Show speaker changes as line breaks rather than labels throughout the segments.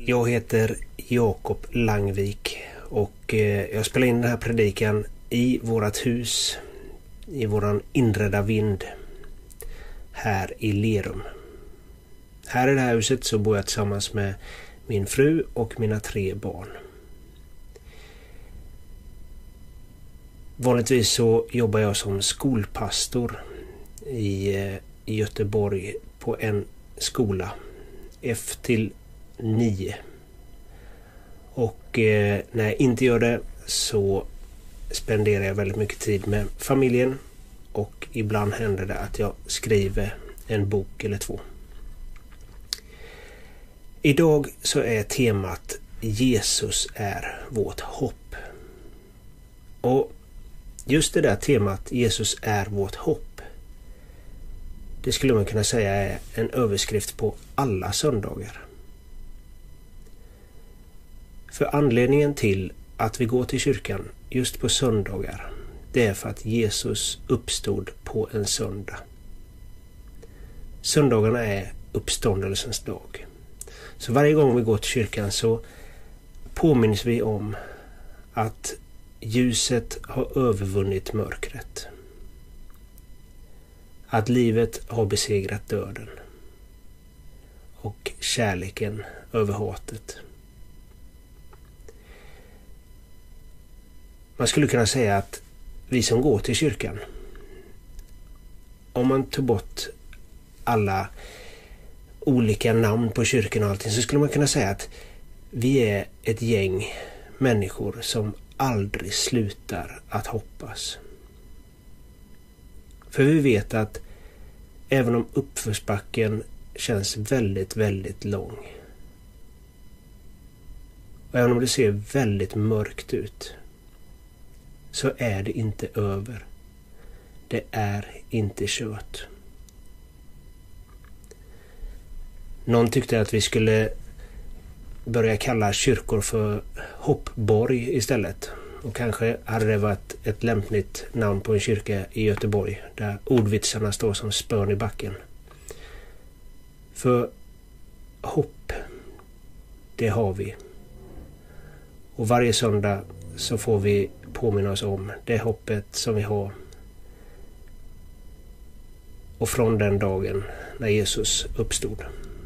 Jag heter Jakob Langvik och jag spelar in den här predikan i vårat hus, i våran inredda vind här i Lerum. Här i det här huset så bor jag tillsammans med min fru och mina 3 barn. Vanligtvis så jobbar jag som skolpastor i Göteborg på en skola F-9. Och när jag inte gör det så spenderar jag väldigt mycket tid med familjen och ibland händer det att jag skriver en bok eller 2. Idag så är temat Jesus är vårt hopp. Och just det där temat Jesus är vårt hopp, det skulle man kunna säga är en överskrift på alla söndagar. För anledningen till att vi går till kyrkan just på söndagar, det är för att Jesus uppstod på en söndag. Söndagarna är uppståndelsens dag. Så varje gång vi går till kyrkan så påminns vi om att ljuset har övervunnit mörkret. Att livet har besegrat döden. Och kärleken över hatet. Man skulle kunna säga att vi som går till kyrkan, om man tog bort alla olika namn på kyrkan och allting, så skulle man kunna säga att vi är ett gäng människor som aldrig slutar att hoppas. För vi vet att även om uppförsbacken känns väldigt, väldigt lång, och även om det ser väldigt mörkt ut, så är det inte över. Det är inte kört. Någon tyckte att vi skulle börja kalla kyrkor för hoppborg istället. Och kanske hade det varit ett lämpligt namn på en kyrka i Göteborg där ordvitsarna står som spön i backen. För hopp, det har vi. Och varje söndag så får vi påminna oss om det hoppet som vi har. Och från den dagen när Jesus uppstod.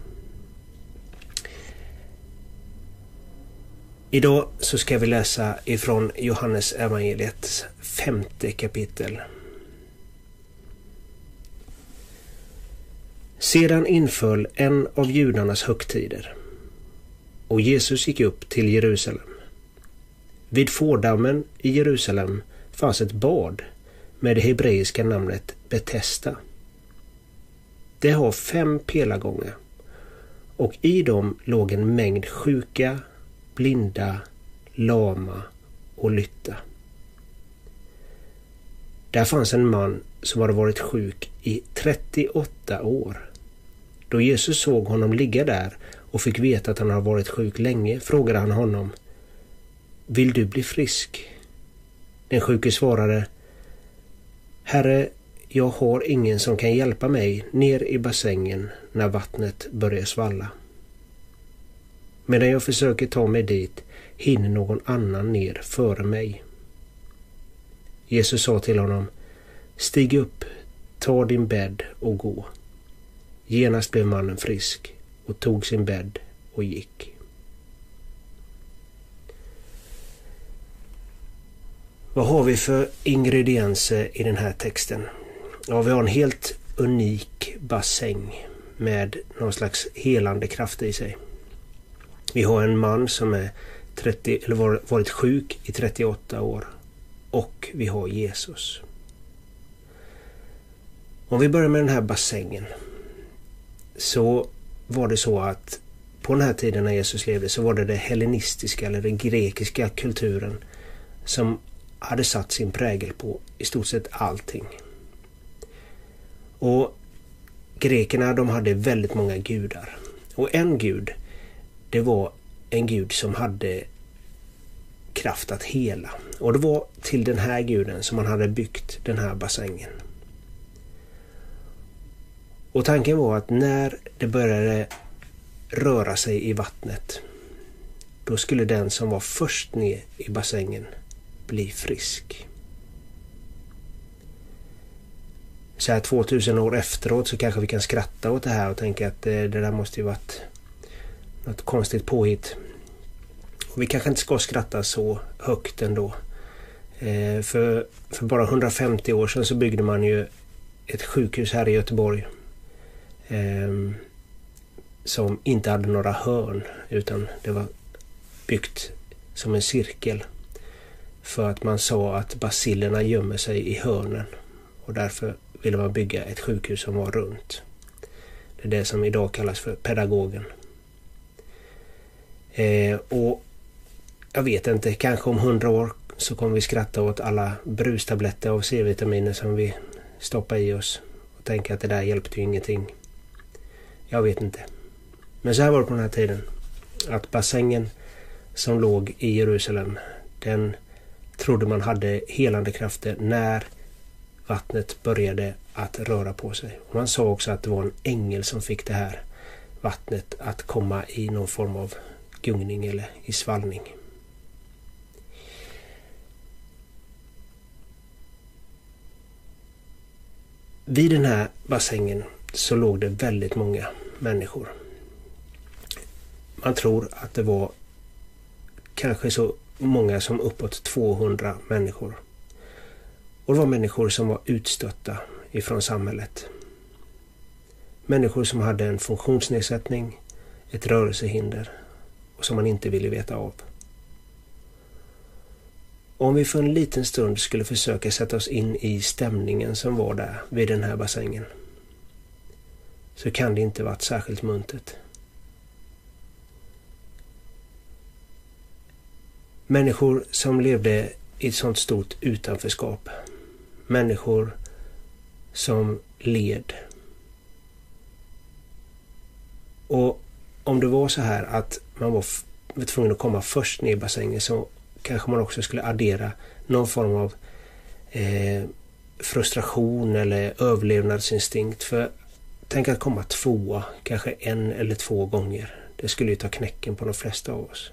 Idag så ska vi läsa ifrån Johannes evangeliets 5:e kapitel. Sedan inföll en av judarnas högtider, och Jesus gick upp till Jerusalem. Vid fårdammen i Jerusalem fanns ett bad med det hebreiska namnet Betesda. Det har 5 pelargångar, och i dem låg en mängd sjuka, blinda, lama och lytta. Där fanns en man som hade varit sjuk i 38 år. Då Jesus såg honom ligga där och fick veta att han hade varit sjuk länge, frågade han honom: "Vill du bli frisk?" Den sjuke svarade: "Herre, jag har ingen som kan hjälpa mig ner i bassängen när vattnet börjar svalla. Medan jag försöker ta mig dit hinner någon annan ner före mig." Jesus sa till honom: "Stig upp, ta din bädd och gå." Genast blev mannen frisk och tog sin bädd och gick. Vad har vi för ingredienser i den här texten? Ja, vi har en helt unik bassäng med någon slags helande kraft i sig. Vi har en man som är varit sjuk i 38 år. Och vi har Jesus. Om vi börjar med den här bassängen, så var det så att på den här tiden när Jesus levde så var det hellenistiska eller den grekiska kulturen som hade satt sin prägel på i stort sett allting. Och grekerna, de hade väldigt många gudar. Och en gud, det var en gud som hade kraft att hela. Och det var till den här guden som man hade byggt den här bassängen. Och tanken var att när det började röra sig i vattnet, då skulle den som var först ner i bassängen bli frisk. Så här 2000 år efteråt så kanske vi kan skratta åt det här och tänka att det där måste ju varit något konstigt påhitt. Och vi kanske inte ska skratta så högt ändå. För bara 150 år sedan så byggde man ju ett sjukhus här i Göteborg som inte hade några hörn, utan det var byggt som en cirkel. För att man sa att bacillerna gömmer sig i hörnen, och därför ville man bygga ett sjukhus som var runt. Det är det som idag kallas för pedagogen. Och jag vet inte, kanske om 100 år så kommer vi skratta åt alla brustabletter av C-vitaminer som vi stoppar i oss och tänka att det där hjälpte ju ingenting. Jag vet inte. Men så här var det på den här tiden. Att bassängen som låg i Jerusalem, den trodde man hade helande krafter när vattnet började att röra på sig. Och man sa också att det var en ängel som fick det här vattnet att komma i någon form av gungning eller i svallning. Vid den här bassängen så låg det väldigt många människor. Man tror att det var kanske så många som uppåt 200 människor. Och det var människor som var utstötta ifrån samhället. Människor som hade en funktionsnedsättning, ett rörelsehinder och som man inte ville veta av. Om vi för en liten stund skulle försöka sätta oss in i stämningen som var där vid den här bassängen, så kan det inte varit särskilt muntert. Människor som levde i ett sånt stort utanförskap. Människor som led. Och om det var så här att man var tvungen att komma först ner i bassängen, så kanske man också skulle addera någon form av frustration eller överlevnadsinstinkt. För tänk att komma tvåa, kanske 1 eller 2 gånger. Det skulle ju ta knäcken på de flesta av oss.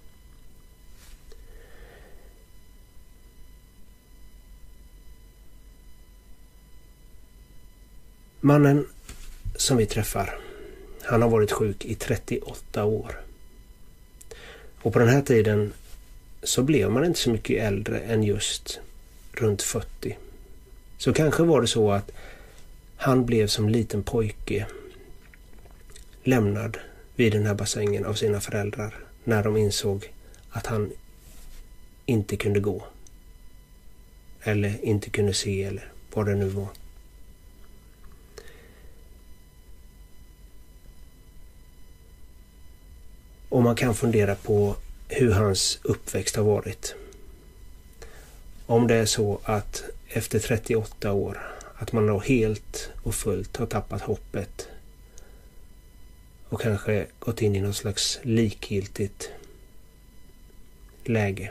Mannen som vi träffar, han har varit sjuk i 38 år. Och på den här tiden så blev man inte så mycket äldre än just runt 40. Så kanske var det så att han blev som liten pojke lämnad vid den här bassängen av sina föräldrar när de insåg att han inte kunde gå. Eller inte kunde se, eller vad det nu var. Och man kan fundera på hur hans uppväxt har varit. Om det är så att efter 38 år att man då helt och fullt har tappat hoppet och kanske gått in i något slags likgiltigt läge.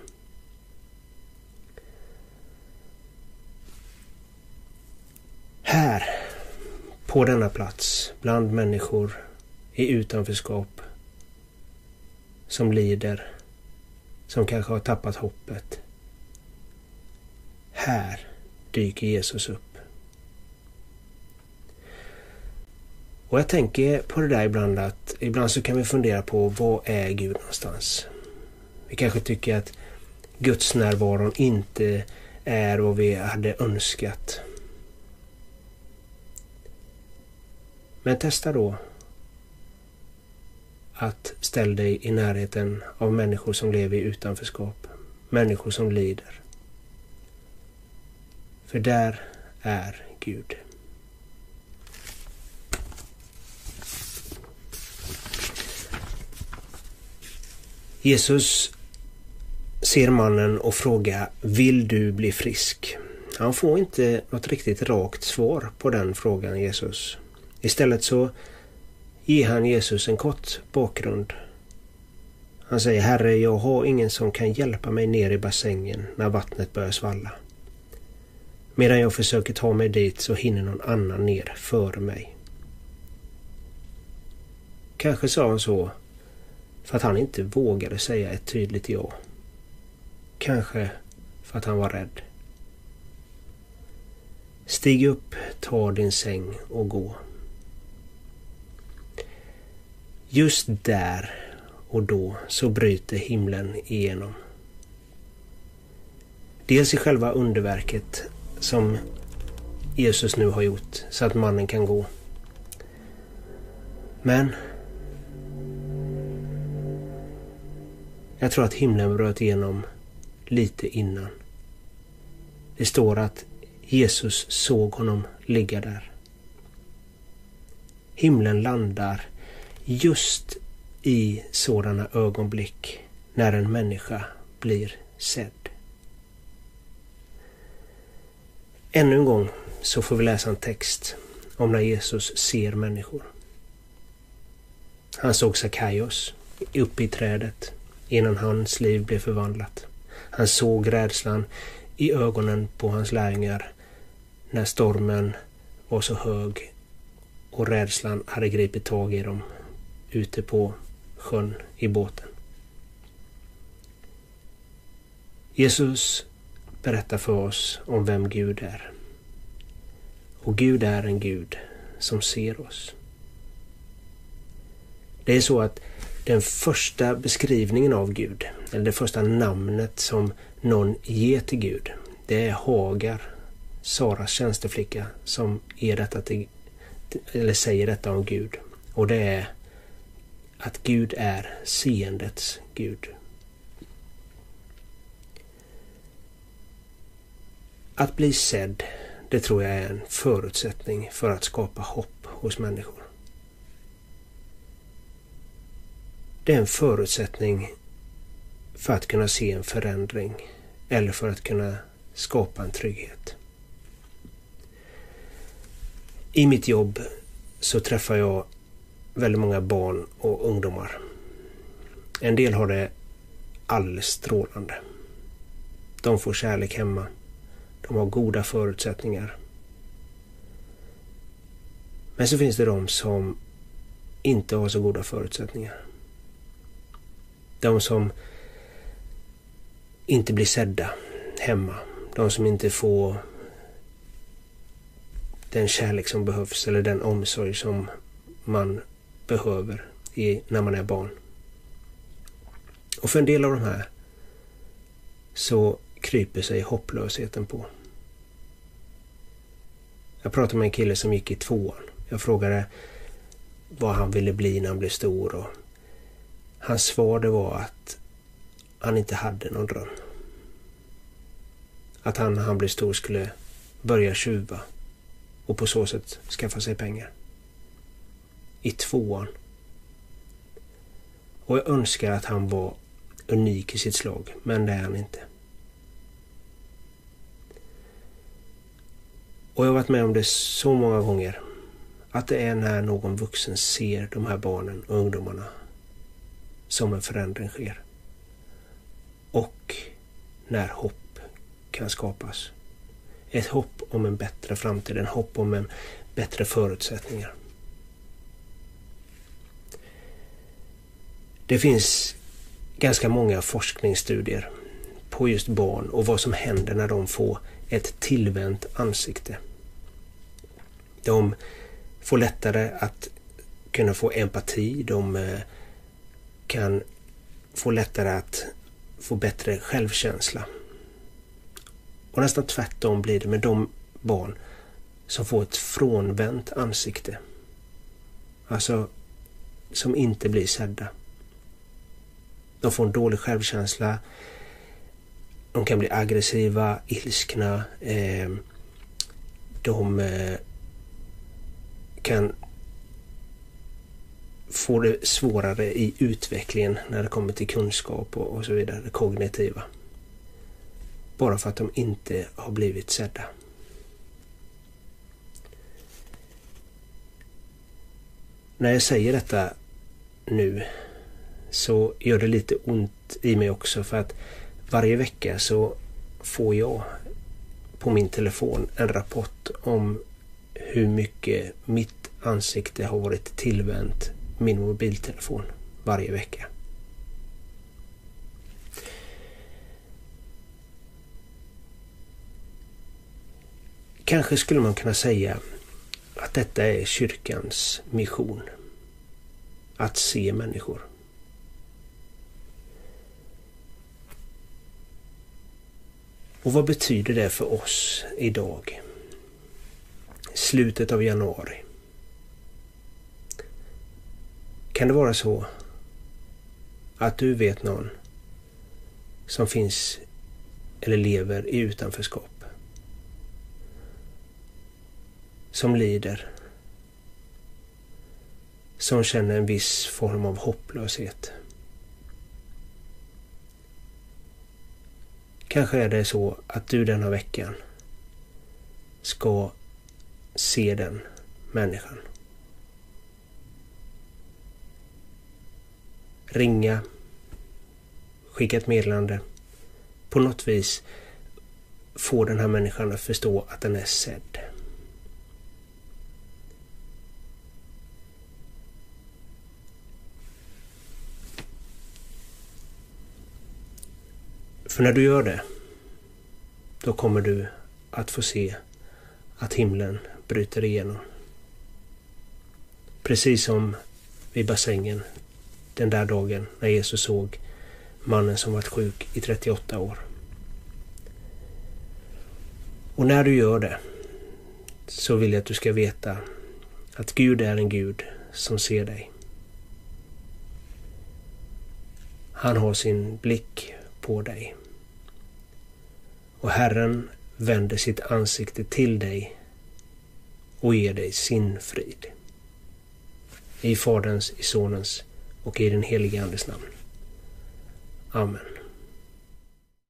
Här, på denna plats, bland människor i utanförskap, som lider, som kanske har tappat hoppet. Här dyker Jesus upp. Och jag tänker på det där ibland, att ibland så kan vi fundera på, vad är Gud någonstans? Vi kanske tycker att Guds närvaron inte är vad vi hade önskat. Men testa då att ställa dig i närheten av människor som lever i utanförskap. Människor som lider. För där är Gud. Jesus ser mannen och frågar: vill du bli frisk? Han får inte något riktigt rakt svar på den frågan, Jesus. Istället så ger han Jesus en kort bakgrund. Han säger: Herre, jag har ingen som kan hjälpa mig ner i bassängen när vattnet börjar svalla. Medan jag försöker ta mig dit så hinner någon annan ner före mig. Kanske sa han så för att han inte vågade säga ett tydligt ja. Kanske för att han var rädd. Stig upp, ta din säng och gå. Just där och då så bryter himlen igenom. Dels i själva underverket som Jesus nu har gjort så att mannen kan gå. Men jag tror att himlen bröt igenom lite innan. Det står att Jesus såg honom ligga där. Himlen landar just i sådana ögonblick när en människa blir sedd. Ännu en gång så får vi läsa en text om när Jesus ser människor. Han såg Sackaios uppe i trädet innan hans liv blev förvandlat. Han såg rädslan i ögonen på hans lärjungar när stormen var så hög och rädslan hade gripit tag i dem ute på sjön i båten. Jesus berättar för oss om vem Gud är. Och Gud är en Gud som ser oss. Det är så att den första beskrivningen av Gud, eller det första namnet som någon ger till Gud, det är Hagar, Saras tjänsteflicka, som ger detta eller säger detta om Gud. Och det är att Gud är seendets Gud. Att bli sedd, det tror jag är en förutsättning för att skapa hopp hos människor. Det är en förutsättning för att kunna se en förändring eller för att kunna skapa en trygghet. I mitt jobb så träffar jag väldigt många barn och ungdomar. En del har det alldeles strålande. De får kärlek hemma. De har goda förutsättningar. Men så finns det de som inte har så goda förutsättningar. De som inte blir sedda hemma. De som inte får den kärlek som behövs eller den omsorg som man behöver när man är barn. Och för en del av de här så kryper sig hopplösheten på. Jag pratade med en kille som gick i 2:an. Jag frågade vad han ville bli när han blev stor, och hans svar det var att han inte hade någon dröm. Att han när han blev stor skulle börja tjuva och på så sätt skaffa sig pengar. I 2:an. Och jag önskar att han var unik i sitt slag, men det är han inte. Och jag har varit med om det så många gånger, att det är när någon vuxen ser de här barnen och ungdomarna som en förändring sker. Och när hopp kan skapas. Ett hopp om en bättre framtid, en hopp om en bättre förutsättningar. Det finns ganska många forskningsstudier på just barn och vad som händer när de får ett tillvänt ansikte. De får lättare att kunna få empati, de kan få lättare att få bättre självkänsla. Och nästan tvärtom blir det med de barn som får ett frånvänt ansikte. Alltså som inte blir sedda. De får en dålig självkänsla. De kan bli aggressiva, ilskna. De kan få det svårare i utvecklingen när det kommer till kunskap och så vidare, det kognitiva. Bara för att de inte har blivit sedda. När jag säger detta nu så gör det lite ont i mig också, för att varje vecka så får jag på min telefon en rapport om hur mycket mitt ansikte har varit tillvänt min mobiltelefon varje vecka. Kanske skulle man kunna säga att detta är kyrkans mission. Att se människor. Och vad betyder det för oss idag? Slutet av januari. Kan det vara så att du vet någon som finns eller lever i utanförskap? Som lider. Som känner en viss form av hopplöshet. Kanske är det så att du denna veckan ska se den människan. Ringa, skicka ett meddelande, på något vis få den här människan att förstå att den är sedd. För när du gör det, då kommer du att få se att himlen bryter igenom. Precis som vid bassängen den där dagen när Jesus såg mannen som varit sjuk i 38 år. Och när du gör det så vill jag att du ska veta att Gud är en Gud som ser dig. Han har sin blick på dig. Och Herren vänder sitt ansikte till dig och ger dig sin frid. I Faderns, i Sonens och i den helige Andes namn. Amen.